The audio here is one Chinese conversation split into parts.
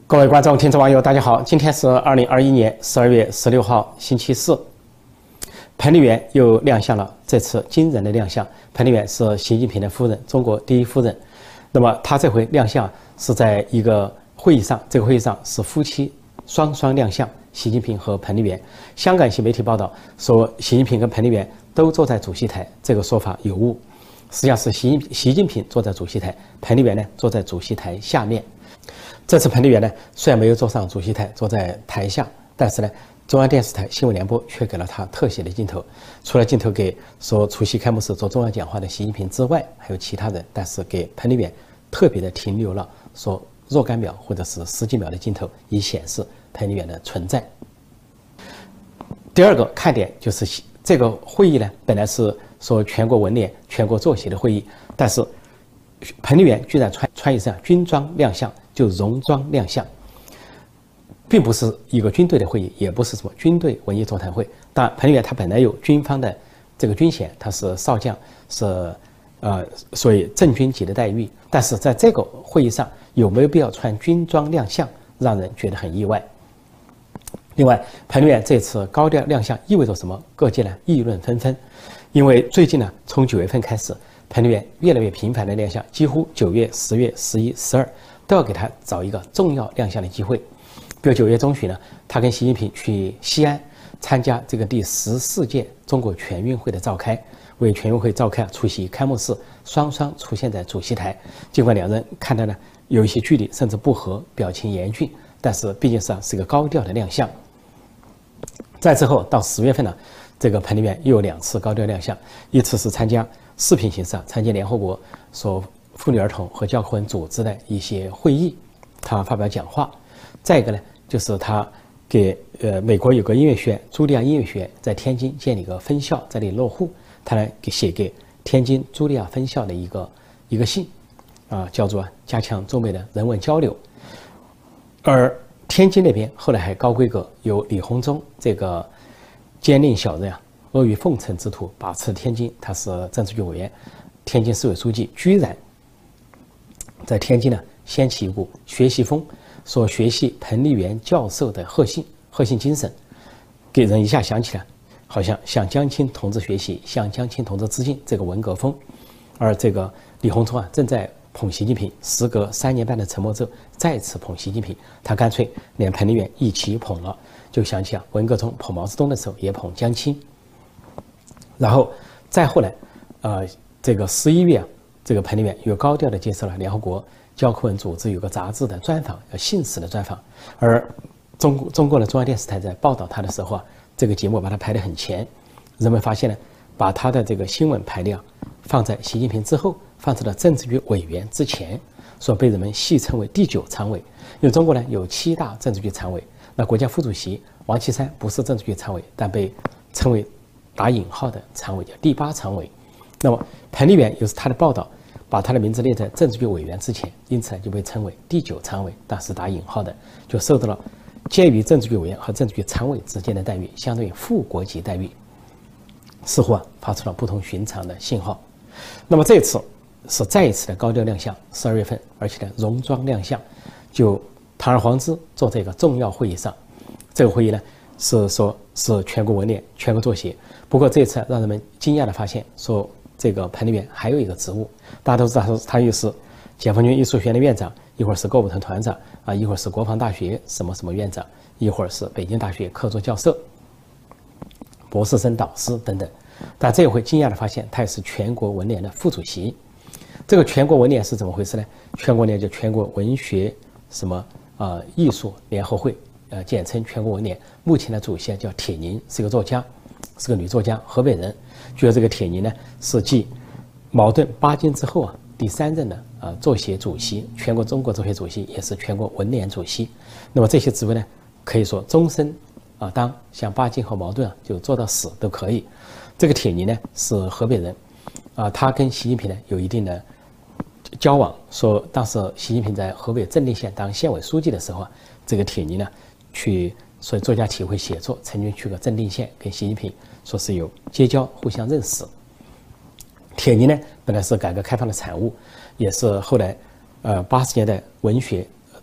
各位观众、听众、网友，大家好！今天是2021年12月16号，星期四。彭丽媛又亮相了，这次惊人的亮相。彭丽媛是习近平的夫人，中国第一夫人。那么她这回亮相是在一个会议上，这个会议上是夫妻双双亮相，习近平和彭丽媛。香港一些媒体报道说，习近平跟彭丽媛都坐在主席台，这个说法有误。实际上是习近平坐在主席台，彭丽媛呢坐在主席台下面。这次彭丽媛呢虽然没有坐上主席台，坐在台下，但是呢，中央电视台新闻联播却给了她特写的镜头。除了镜头给说出席开幕式做重要讲话的习近平之外，还有其他人，但是给彭丽媛特别的停留了说若干秒或者是十几秒的镜头，以显示彭丽媛的存在。第二个看点就是这个会议呢，本来是说全国文联、全国作协的会议，但是彭丽媛居然穿一身军装亮相，就戎装亮相，并不是一个军队的会议，也不是什么军队文艺座谈会。当然，彭丽媛她本来有军方的这个军衔，她是少将，是所以正军级的待遇。但是在这个会议上有没有必要穿军装亮相，让人觉得很意外。另外，彭丽媛这次高调亮相意味着什么？各界呢议论纷纷，因为最近呢，从9月份开始，彭丽媛越来越频繁的亮相，几乎9月、10月、11、12都要给她找一个重要亮相的机会。比如9月中旬呢，她跟习近平去西安参加这个第14届中国全运会的召开，为全运会召开出席开幕式，双双出现在主席台。尽管两人看到呢有一些距离，甚至不和，表情严峻，但是毕竟是一个高调的亮相。再之后到10月份呢，这个彭丽媛又有2次高调亮相，一次是参加视频形式参加联合国所妇女儿童和教科文组织的一些会议，她发表讲话。再一个呢，就是她给美国有个音乐学院，茱莉亚音乐学院在天津建立一个分校，在那里落户，她呢写给天津茱莉亚分校的一个信，叫做加强中美的人文交流。而天津那边后来还高规格，有李鸿忠这个奸佞小人阿谀奉承之徒把持天津，他是政治局委员、天津市委书记，居然在天津呢掀起一股学习风，说学习彭丽媛教授的核心精神，给人一下想起来好像向江青同志学习，向江青同志致敬这个文革风。而这个李鸿忠正在捧习近平，时隔3年半的沉默之后再次捧习近平，他干脆连彭丽媛一起捧了，就想起文革中捧毛泽东的时候也捧江青。然后再后来这个11月这个彭丽媛又高调的接受了联合国教科文组织有个杂志的专访，信使的专访。而中国的中央电视台在报道他的时候这个节目把他排得很前，人们发现呢，把他的这个新闻排列放在习近平之后，放在了政治局委员之前，所被人们戏称为第9常委。因为中国呢有7大政治局常委，那国家副主席王岐山不是政治局常委，但被称为打引号的常委，叫第8常委。那么彭丽媛又是他的报道把他的名字列在政治局委员之前，因此就被称为第9常委，但是打引号的，就受到了介于政治局委员和政治局常委之间的待遇，相当于副国级待遇，似乎发出了不同寻常的信号。那么这次是再一次的高调亮相，12月份，而且呢戎装亮相，就堂而皇之坐在一个重要会议上。这个会议呢是说是全国文联、全国作协。不过这次让人们惊讶的发现，说这个彭丽媛还有一个职务，大家都知道他又是解放军艺术学院的院长，一会儿是歌舞团团长一会儿是国防大学什么什么院长，一会儿是北京大学客座教授、博士生导师等等。但这回惊讶的发现，他也是全国文联的副主席。这个全国文联是怎么回事呢？全国文联就全国文学艺术联合会，简称全国文联。目前的主席叫铁凝，是个作家，是个女作家，河北人。据说这个铁凝呢是继茅盾巴金之后第3任的作协主席，全国中国作协主席，也是全国文联主席。那么这些职位呢，可以说终身当，像巴金和茅盾就做到死都可以。这个铁凝呢是河北人，他跟习近平呢有一定的交往。说当时习近平在河北正定县当县委书记的时候这个铁凝呢去所以作家体会写作，曾经去过正定县跟习近平说是有结交，互相认识。铁凝呢本来是改革开放的产物，也是后来80年代文学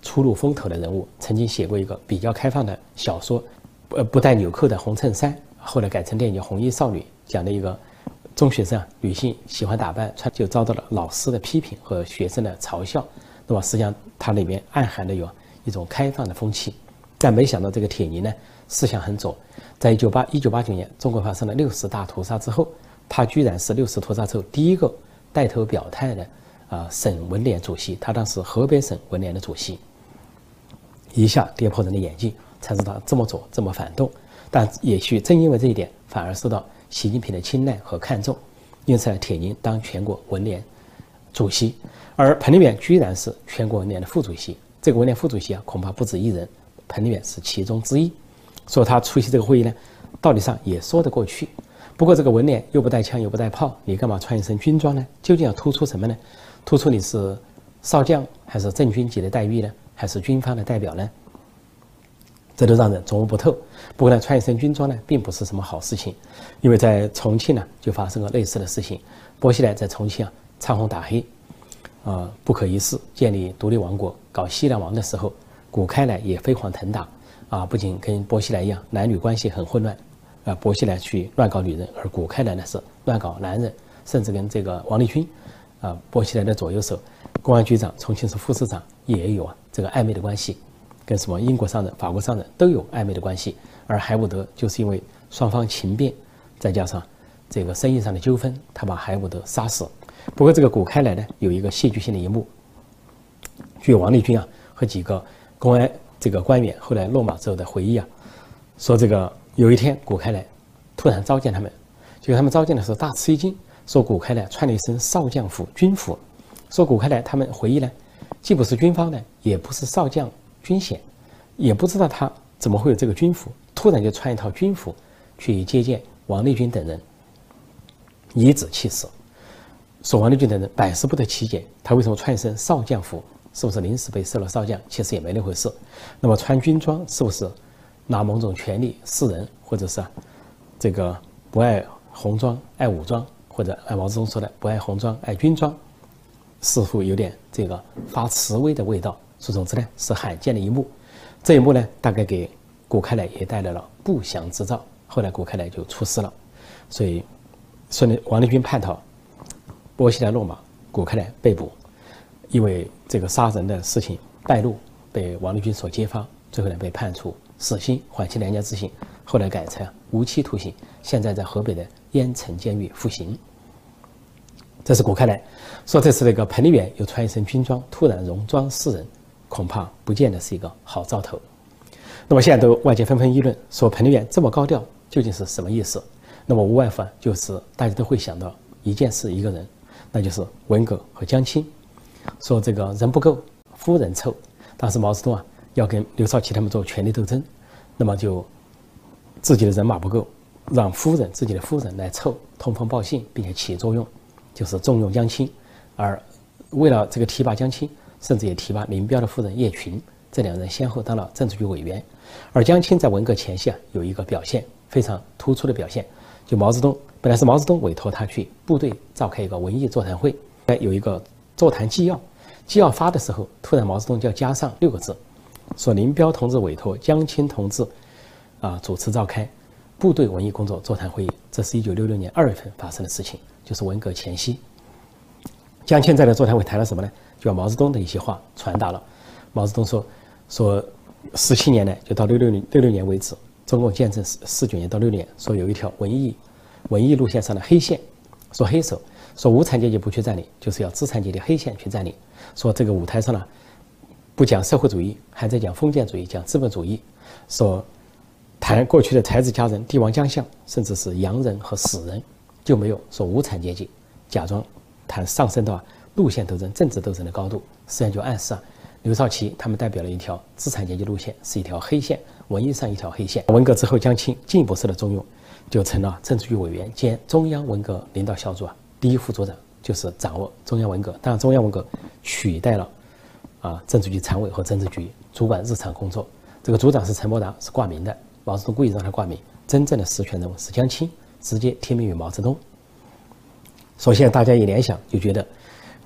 初露风头的人物，曾经写过一个比较开放的小说，不带纽扣的红衬衫，后来改成电影叫《红衣少女》，讲的一个中学生女性喜欢打扮，就遭到了老师的批评和学生的嘲笑。那么实际上它里面暗含的有一种开放的风气，但没想到这个铁凝呢思想很左，在1989年中国发生了60大屠杀之后，他居然是60屠杀之后第一个带头表态的省文联主席，他当时河北省文联的主席，一下跌破人的眼镜，才知道这么左这么反动。但也许正因为这一点，反而受到习近平的青睐和看重，因此铁凝当全国文联主席，而彭丽媛居然是全国文联的副主席。这个文联副主席恐怕不止一人，彭丽媛是其中之一，所以他出席这个会议呢，道理上也说得过去。不过这个文联又不带枪又不带炮，你干嘛穿一身军装呢？究竟要突出什么呢？突出你是少将还是正军级的待遇呢？还是军方的代表呢？这都让人琢磨不透。不过呢，穿一身军装呢，并不是什么好事情，因为在重庆呢，就发生过类似的事情。薄熙来在重庆唱红打黑，不可一世，建立独立王国，搞西凉王的时候，谷开来也飞黄腾达，不仅跟薄熙来一样，男女关系很混乱，薄熙来去乱搞女人，而谷开来呢是乱搞男人，甚至跟这个王立军，薄熙来的左右手，公安局长、重庆市副市长也有这个暧昧的关系。跟什么英国商人、法国商人都有暧昧的关系，而海伍德就是因为双方情变，再加上这个生意上的纠纷，他把海伍德杀死。不过这个谷开来呢，有一个戏剧性的一幕，据王立军和几个公安这个官员后来落马之后的回忆说这个有一天谷开来突然召见他们，结果他们召见的时候大吃一惊，说谷开来穿了一身少将服军服，说谷开来他们回忆呢，既不是军方的，也不是少将军衔，也不知道他怎么会有这个军服，突然就穿一套军服去接见王立军等人，颐指气使，说王立军等人百思不得其解，他为什么穿一身少将服？是不是临时被设了少将？其实也没那回事。那么穿军装是不是拿某种权力示人，或者是这个不爱红装爱武装，或者按毛泽东说的不爱红装爱军装，似乎有点这个发慈悲的味道。总之呢，是罕见的一幕。这一幕呢，大概给谷开来也带来了不祥之兆。后来谷开来就出事了，所以王立军叛逃，薄熙来落马，谷开来被捕，因为这个杀人的事情败露，被王立军所揭发，最后呢被判处死刑，缓期2年执行，后来改成无期徒刑，现在在河北的燕城监狱服刑。这是谷开来。说这次那个彭丽媛又穿一身军装，突然戎装示人，恐怕不见得是一个好兆头。那么现在都外界纷纷议论，说彭丽媛这么高调究竟是什么意思？那么无外乎就是大家都会想到一件事一个人，那就是文革和江青。说这个人不够，夫人凑。当时毛泽东要跟刘少奇他们做权力斗争，那么就自己的人马不够，让自己的夫人来凑，通风报信，并且起作用，就是重用江青。而为了这个提拔江青，甚至也提拔林彪的夫人叶群，这两人先后当了政治局委员。而江青在文革前夕有一个表现非常突出的表现，就本来是毛泽东委托他去部队召开一个文艺座谈会，有一个座谈纪要发的时候，突然毛泽东就要加上6个字，说林彪同志委托江青同志主持召开部队文艺工作座谈会议。这是1966年2月份发生的事情，就是文革前夕。江青在这座谈会谈了什么呢？就把毛泽东的一些话传达了。毛泽东说17年呢，就到66年为止，中共建政49年到6年，说有一条文艺路线上的黑线，说黑手，说无产阶级不去占领，就是要资产阶级黑线去占领。说这个舞台上呢，不讲社会主义，还在讲封建主义，讲资本主义。说谈过去的才子佳人、帝王将相，甚至是洋人和死人，就没有说无产阶级，假装谈上升到路线斗争、政治斗争的高度，实际上就暗示刘少奇他们代表了一条资产阶级路线，是一条黑线，文艺上一条黑线。文革之后，江青进一步受到重用，就成了政治局委员兼中央文革领导小组第一副组长，就是掌握中央文革。当然，中央文革取代了政治局常委和政治局主管日常工作。这个组长是陈伯达，是挂名的，毛泽东故意让他挂名，真正的实权人物是江青，直接听命于毛泽东。所以现在大家一联想，就觉得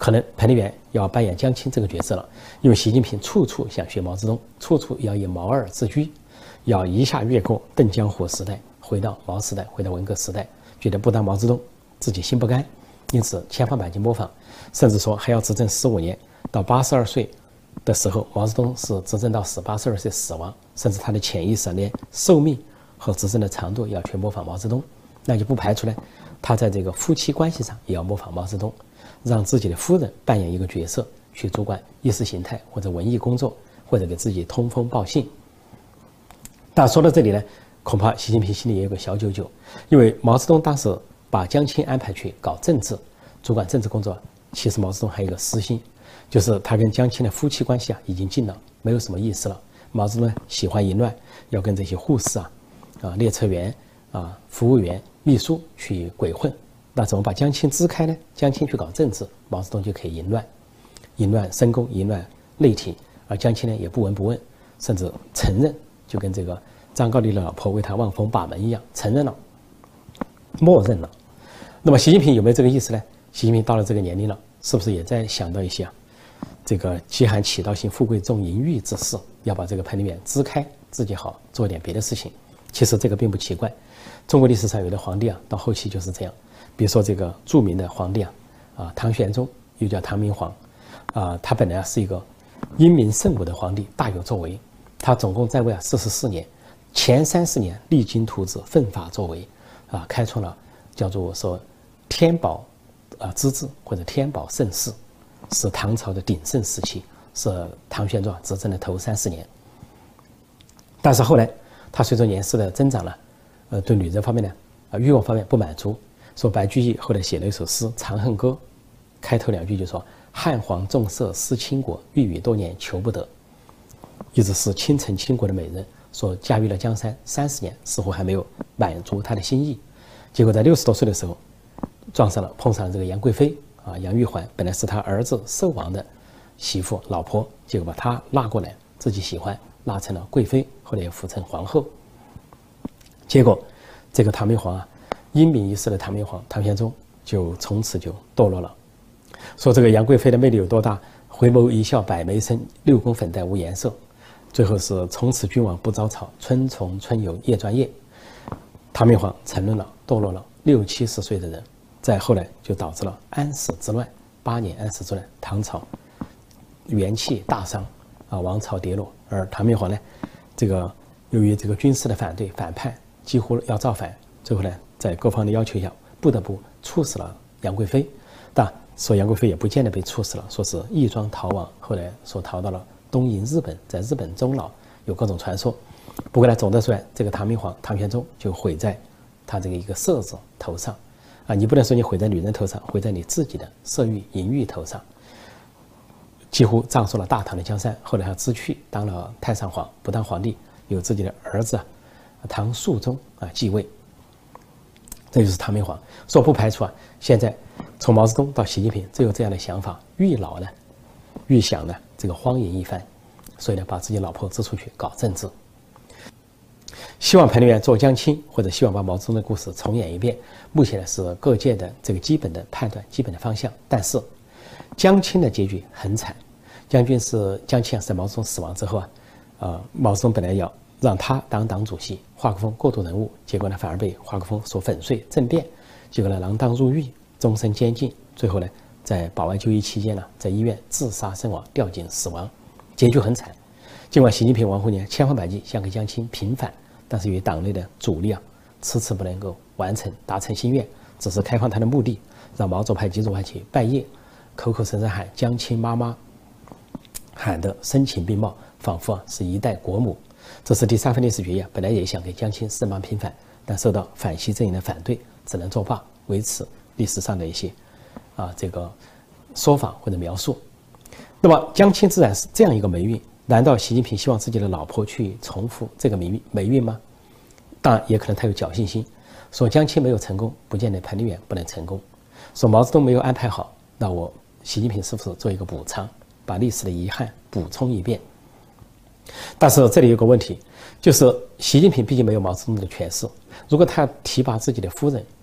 可能彭丽媛要扮演江青这个角色了，因为习近平处处想学毛泽东，处处要以毛二自居，要一下越过邓江湖时代，回到毛时代，回到文革时代，觉得不当毛泽东自己心不甘，因此千方百计模仿，甚至说还要执政15年，到82岁的时候，毛泽东是执政到死，82岁死亡，甚至他的潜意识连寿命和执政的长度要去模仿毛泽东，那就不排除呢，他在这个夫妻关系上也要模仿毛泽东，让自己的夫人扮演一个角色，去主管意识形态或者文艺工作，或者给自己通风报信。但说到这里呢，恐怕习近平心里也有个小九九，因为毛泽东当时把江青安排去搞政治，主管政治工作，其实毛泽东还有一个私心，就是他跟江青的夫妻关系已经近了，没有什么意思了。毛泽东喜欢淫乱，要跟这些护士列车员服务员、秘书去鬼混。那怎么把江青支开呢？江青去搞政治，毛泽东就可以淫乱，淫乱深宫，淫乱内廷，而江青呢也不闻不问，甚至承认，就跟这个张高丽的老婆为他望风把门一样，承认了，默认了。那么习近平有没有这个意思呢？习近平到了这个年龄了，是不是也在想到一些这个饥寒乞盗行富贵重淫欲之事，要把这个彭丽媛支开，自己好做点别的事情？其实这个并不奇怪，中国历史上有的皇帝到后期就是这样。比如说这个著名的皇帝唐玄宗，又叫唐明皇他本来是一个英明圣武的皇帝，大有作为。他总共在位44年，前30年励精图治，奋发作为开创了叫做说天宝之治或者天宝盛世，是唐朝的鼎盛时期，是唐玄宗执政的头30年。但是后来他随着年事的增长呢，对女人方面呢欲望方面不满足。说白居易后来写了一首诗《长恨歌》，开头2句就说：“汉皇重色思倾国，欲语多年求不得。”一直是倾城倾国的美人，说驾驭了江山30年，似乎还没有满足他的心意。结果在60多岁的时候，碰上了这个杨贵妃杨玉环，本来是他儿子寿王的媳妇老婆，结果把他拉过来，自己喜欢，拉成了贵妃，后来又扶成皇后。结果这个唐明皇英明一世的唐明皇唐玄宗就从此就堕落了。说这个杨贵妃的魅力有多大？回眸一笑百媚生，6宫粉黛无颜色。最后是从此君王不招草，春从春有叶专业。唐明皇沉沦了，堕落了，60、70岁的人，再后来就导致了安史之乱，8年安史之乱，唐朝元气大伤王朝跌落。而唐明皇呢，这个由于这个军事的反对反叛，几乎要造反，最后呢，在各方的要求下，不得不处死了杨贵妃。但说杨贵妃也不见得被处死了，说是义庄逃亡，后来说逃到了东瀛日本，在日本终老，有各种传说。不过呢，总的说来，这个唐明皇唐玄宗就毁在他这个一个色字头上你不能说你毁在女人头上，毁在你自己的色欲淫欲头上，几乎葬送了大唐的江山。后来他知趣当了太上皇，不当皇帝，有自己的儿子唐肃宗继位。这就是唐明皇。说不排除现在从毛泽东到习近平只有这样的想法，愈老呢愈想呢这个荒淫一番，所以呢把自己老婆支出去搞政治，希望彭丽媛做江青，或者希望把毛泽东的故事重演一遍。目前呢是各界的这个基本的判断、基本的方向。但是江青的结局很惨，江青是在毛泽东死亡之后毛泽东本来要让他当党主席，华国锋过渡人物，结果呢反而被华国锋所粉碎政变，结果呢锒铛入狱，终身监禁，最后呢在保外就医期间在医院自杀身亡，吊颈死亡，结局很惨。尽管习近平、王沪宁千方百计想给江青平反，但是由于党内的阻力迟迟不能够达成心愿，只是开放他的墓地，让毛左派、极左派去拜谒，口口声声喊江青妈妈，喊得声情并茂，仿佛是一代国母。这是第3份历史决议本来也想给江青身亡平反，但受到反西阵营的反对，只能作罢，维持历史上的一些这个说法或者描述。那么江青自然是这样一个霉运，难道习近平希望自己的老婆去重复这个霉运吗？当然也可能他有侥幸心，说江青没有成功，不见得彭丽媛不能成功。说毛泽东没有安排好，那我习近平是不是做一个补偿，把历史的遗憾补充一遍？但是这里有个问题，就是习近平毕竟没有毛泽东的权势，如果他提拔自己的夫人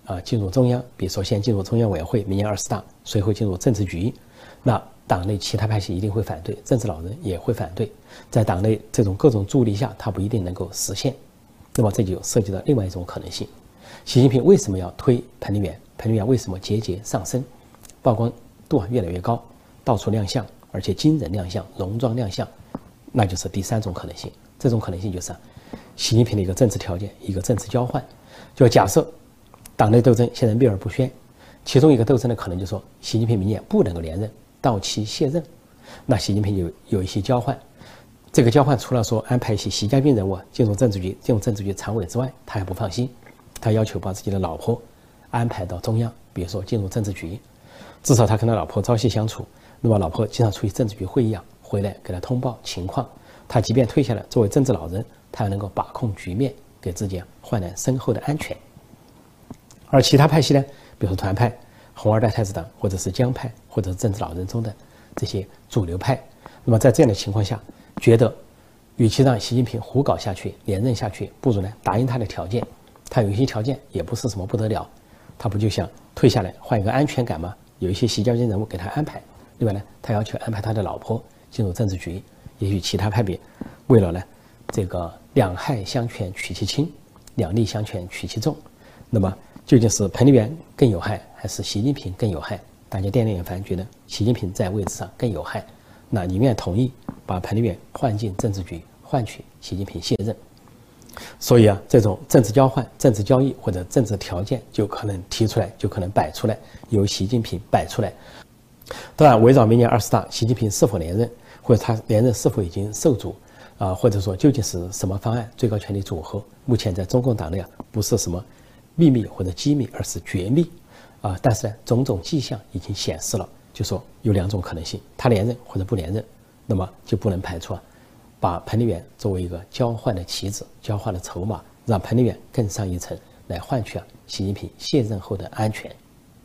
进入中央，比如说先进入中央委员会，明年20大，随后进入政治局，那党内其他派系一定会反对，政治老人也会反对，在党内这种各种助力下，他不一定能够实现。那么这就涉及到另外一种可能性：习近平为什么要推彭丽媛？彭丽媛为什么节节上升，曝光度越来越高，到处亮相，而且惊人亮相，戎装亮相？那就是第三种可能性。这种可能性就是习近平的一个政治条件，一个政治交换。就假设党内斗争现在秘而不宣，其中一个斗争的可能就是说，习近平明年不能够连任，到期卸任，那习近平有一些交换。这个交换除了说安排一些习家军人物进入政治局常委之外，他还不放心，他要求把自己的老婆安排到中央，比如说进入政治局，至少他跟他老婆朝夕相处，那么老婆经常出席政治局会议回来给他通报情况，他即便退下来作为政治老人，他还能够把控局面，给自己换来深厚的安全。而其他派系呢，比如说团派、红二代太子党，或者是江派，或者是政治老人中的这些主流派，那么在这样的情况下，觉得与其让习近平胡搞下去、连任下去，不如呢答应他的条件。他有一些条件也不是什么不得了，他不就想退下来换一个安全感吗？有一些习家军人物给他安排。另外呢，他要求安排他的老婆进入政治局。也许其他派别为了呢这个两害相权取其轻，两利相权取其重，那么究竟是彭丽媛更有害，还是习近平更有害？大家电力眼烦觉得习近平在位置上更有害，那宁愿同意把彭丽媛换进政治局，换取习近平卸任。所以这种政治交换、政治交易或者政治条件就可能提出来，就可能摆出来，由习近平摆出来。当然，围绕明年20大，习近平是否连任，或者他连任是否已经受阻，或者说究竟是什么方案，最高权力组合，目前在中共党内不是什么秘密或者机密，而是绝密。但是呢，种种迹象已经显示了，就说有两种可能性，他连任或者不连任，那么就不能排除把彭丽媛作为一个交换的棋子、交换的筹码，让彭丽媛更上一层，来换取习近平卸任后的安全。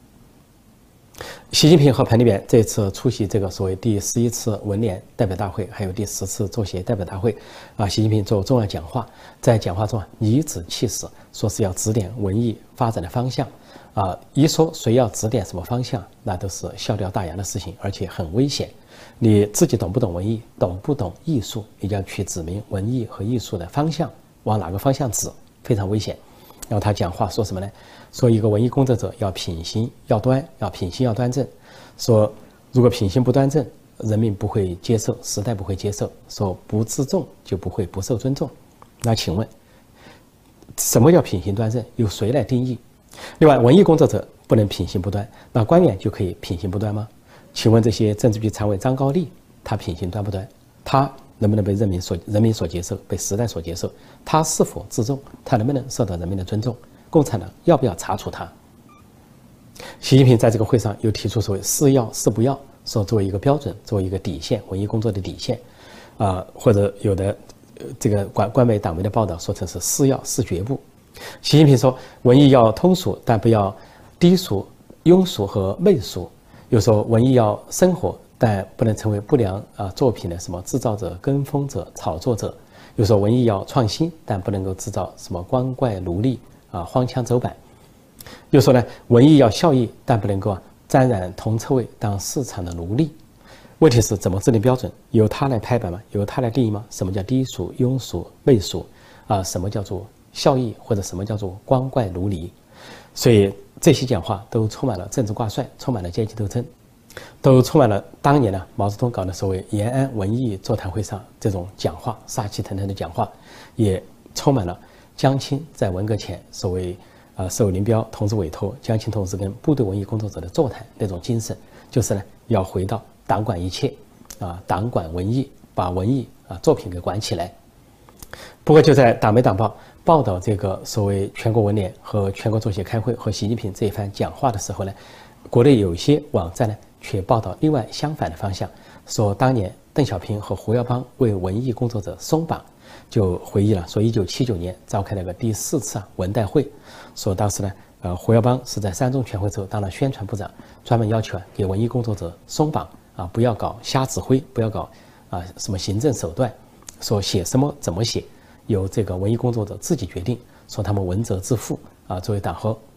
习近平和彭丽媛这次出席这个所谓第11次文联代表大会，还有第10次作协代表大会，习近平做重要讲话，在讲话中颐指气使，说是要指点文艺发展的方向。一说谁要指点什么方向，那都是笑掉大牙的事情，而且很危险。你自己懂不懂文艺，懂不懂艺术，你就要去指明文艺和艺术的方向，往哪个方向指，非常危险。然后他讲话说什么呢？说一个文艺工作者要品行要端正，说如果品行不端正，人民不会接受，时代不会接受，说不自重就不会不受尊重。那请问，什么叫品行端正？由谁来定义？另外，文艺工作者不能品行不端，那官员就可以品行不端吗？请问这些政治局常委张高丽，他品行端不端？他能不能被人民所接受，被时代所接受？他是否自重？他能不能受到人民的尊重？共产党要不要查处他？习近平在这个会上又提出所谓是要是不要，说作为一个标准，作为一个底线，文艺工作的底线，或者有的这个官媒党媒的报道说成是要是绝不。习近平说，文艺要通俗，但不要低俗、庸俗和媚俗。又说文艺要生活，但不能成为不良作品的什么制造者、跟风者、炒作者。又说文艺要创新，但不能够制造什么光怪陆离荒腔走板。又说呢，文艺要效益，但不能够沾染铜臭味，当市场的奴隶。问题是怎么制定标准？由他来拍板吗？由他来定义吗？什么叫低俗、庸俗、媚俗什么叫做效益，或者什么叫做光怪陆离？所以这些讲话都充满了政治挂帅，充满了阶级斗争，都充满了当年毛泽东搞的所谓延安文艺座谈会上这种讲话，杀气腾腾的讲话，也充满了江青在文革前所谓受林彪同志委托，江青同志跟部队文艺工作者的座谈那种精神，就是呢要回到党管一切党管文艺，把文艺作品给管起来。不过就在党媒党报报道这个所谓全国文联和全国作协开会和习近平这一番讲话的时候呢，国内有些网站呢却报道另外相反的方向，说当年邓小平和胡耀邦为文艺工作者松绑，就回忆了说1979年召开了个第4次文代会，说当时呢胡耀邦是在3中全会之后当了宣传部长，专门要求给文艺工作者松绑不要搞瞎指挥，不要搞什么行政手段，说写什么怎么写由这个文艺工作者自己决定，说他们文责自负作为党和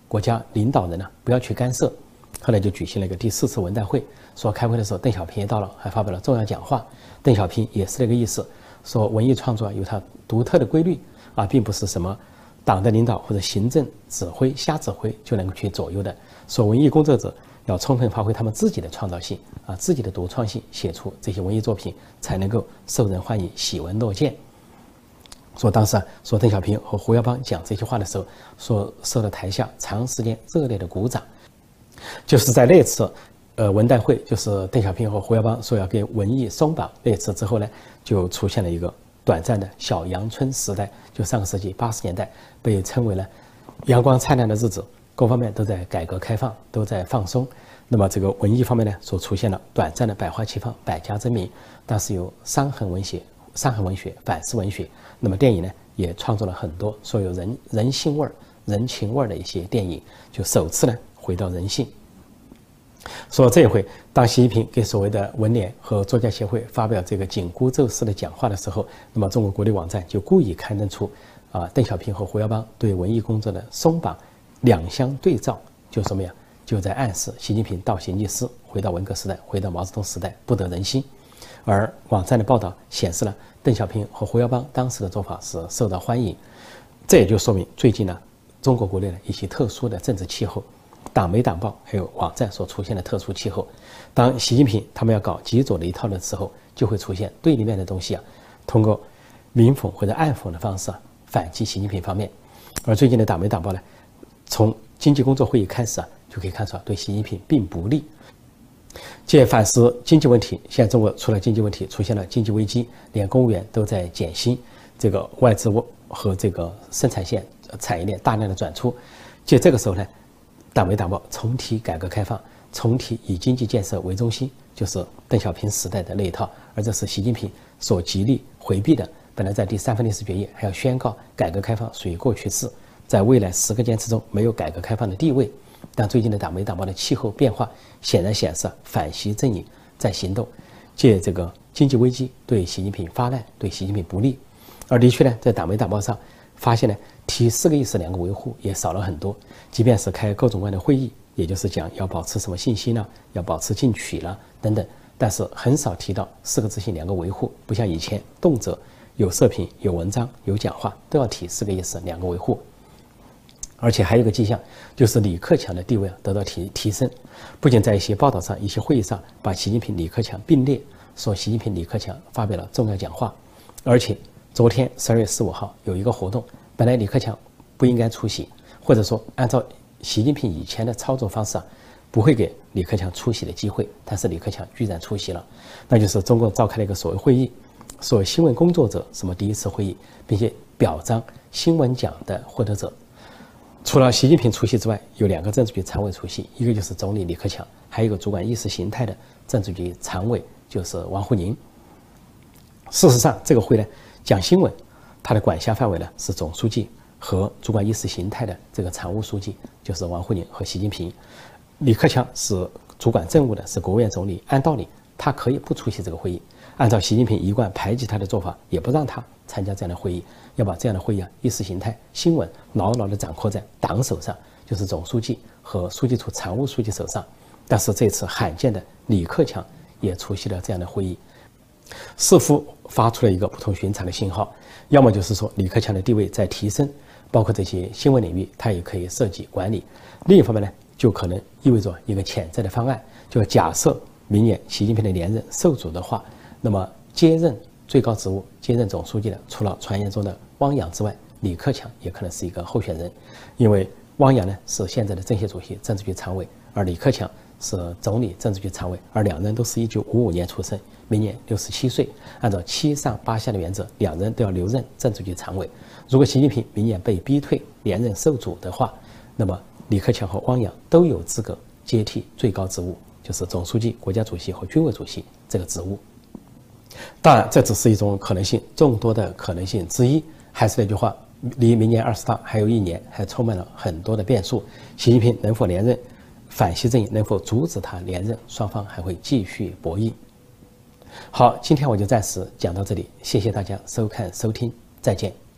国家领导人呢不要去干涉。后来就举行了一个第4次文代会，说开会的时候邓小平也到了，还发表了重要讲话。邓小平也是这个意思，说文艺创作有它独特的规律啊，并不是什么党的领导或者行政指挥瞎指挥就能够去左右的。说文艺工作者要充分发挥他们自己的创造性啊，自己的独创性，写出这些文艺作品才能够受人欢迎，喜闻乐见。说当时说邓小平和胡耀邦讲这些话的时候，说受到台下长时间热烈的鼓掌。就是在那次文代会，就是邓小平和胡耀邦说要给文艺松绑那次之后呢，就出现了一个短暂的小阳春时代，就上个世纪80年代，被称为了阳光灿烂的日子，各方面都在改革开放，都在放松。那么这个文艺方面呢，所出现了短暂的百花齐放，百家争鸣。当时有伤痕文学、反思文学。那么电影呢，也创作了很多说有人性味、人情味的一些电影，就首次呢回到人性。说这一回，当习近平给所谓的文联和作家协会发表这个紧箍咒式的讲话的时候，那么中国国内网站就故意刊登出邓小平和胡耀邦对文艺工作的松绑两相对照，就什么呀？就在暗示习近平倒行逆施，回到文革时代，回到毛泽东时代，不得人心。而网站的报道显示了邓小平和胡耀邦当时的做法是受到欢迎，这也就说明最近呢，中国国内的一些特殊的政治气候。党媒党报还有网站所出现的特殊气候，当习近平他们要搞极左的一套的时候，就会出现对立面的东西通过明讽或者暗讽的方式反击习近平方面。而最近的党媒党报呢，从经济工作会议开始就可以看出对习近平并不利。借反思经济问题，现在中国除了经济问题出现了经济危机，连公务员都在减薪，这个外资和这个生产线产业链大量的转出。借这个时候呢，党媒党报重提改革开放，重提以经济建设为中心，就是邓小平时代的那一套，而这是习近平所极力回避的。本来在第3份历史决议还要宣告改革开放属于过去式，在未来10个坚持中没有改革开放的地位。但最近的党媒党报的气候变化显然显示反习阵营在行动，借这个经济危机对习近平发难，对习近平不利。而的确呢，在党媒党报上发现呢，提4个意思2个维护也少了很多，即便是开各种各样的会议，也就是讲要保持什么信息呢，要保持进取了等等，但是很少提到4个自信2个维护，不像以前动辄有社评、有文章、有讲话都要提4个意思2个维护。而且还有一个迹象，就是李克强的地位得到提升，不仅在一些报道上、一些会议上把习近平、李克强并列，说习近平、李克强发表了重要讲话，而且昨天12月15号有一个活动，本来李克强不应该出席，或者说按照习近平以前的操作方式不会给李克强出席的机会，但是李克强居然出席了，那就是中共召开了一个所谓会议，所谓新闻工作者什么第1次会议，并且表彰新闻奖的获得者。除了习近平出席之外，有2个政治局常委出席，一个就是总理李克强，还有一个主管意识形态的政治局常委，就是王沪宁。事实上，这个会呢讲新闻，它的管辖范围呢是总书记和主管意识形态的这个常务书记，就是王沪宁和习近平。李克强是主管政务的，是国务院总理，按道理他可以不出席这个会议。按照习近平一贯排挤他的做法，也不让他参加这样的会议，要把这样的会议意识形态、新闻牢牢地掌握在党手上，就是总书记和书记处常务书记手上。但是这次罕见的李克强也出席了这样的会议，似乎发出了一个不同寻常的信号，要么就是说李克强的地位在提升，包括这些新闻领域他也可以涉及管理；另一方面呢，就可能意味着一个潜在的方案，就假设明年习近平的连任受阻的话，那么接任最高职务、接任总书记的，除了传言中的汪洋之外，李克强也可能是一个候选人，因为汪洋呢是现在的政协主席、政治局常委，而李克强是总理、政治局常委，而2人都是1955年出生，明年67岁。按照7上8下的原则，2人都要留任政治局常委。如果习近平明年被逼退、连任受阻的话，那么李克强和汪洋都有资格接替最高职务，就是总书记、国家主席和军委主席这个职务。当然，这只是一种可能性，众多的可能性之一。还是那句话，离明年20大还有1年，还充满了很多的变数。习近平能否连任，反习阵营能否阻止他连任，双方还会继续博弈。好，今天我就暂时讲到这里，谢谢大家收看收听，再见。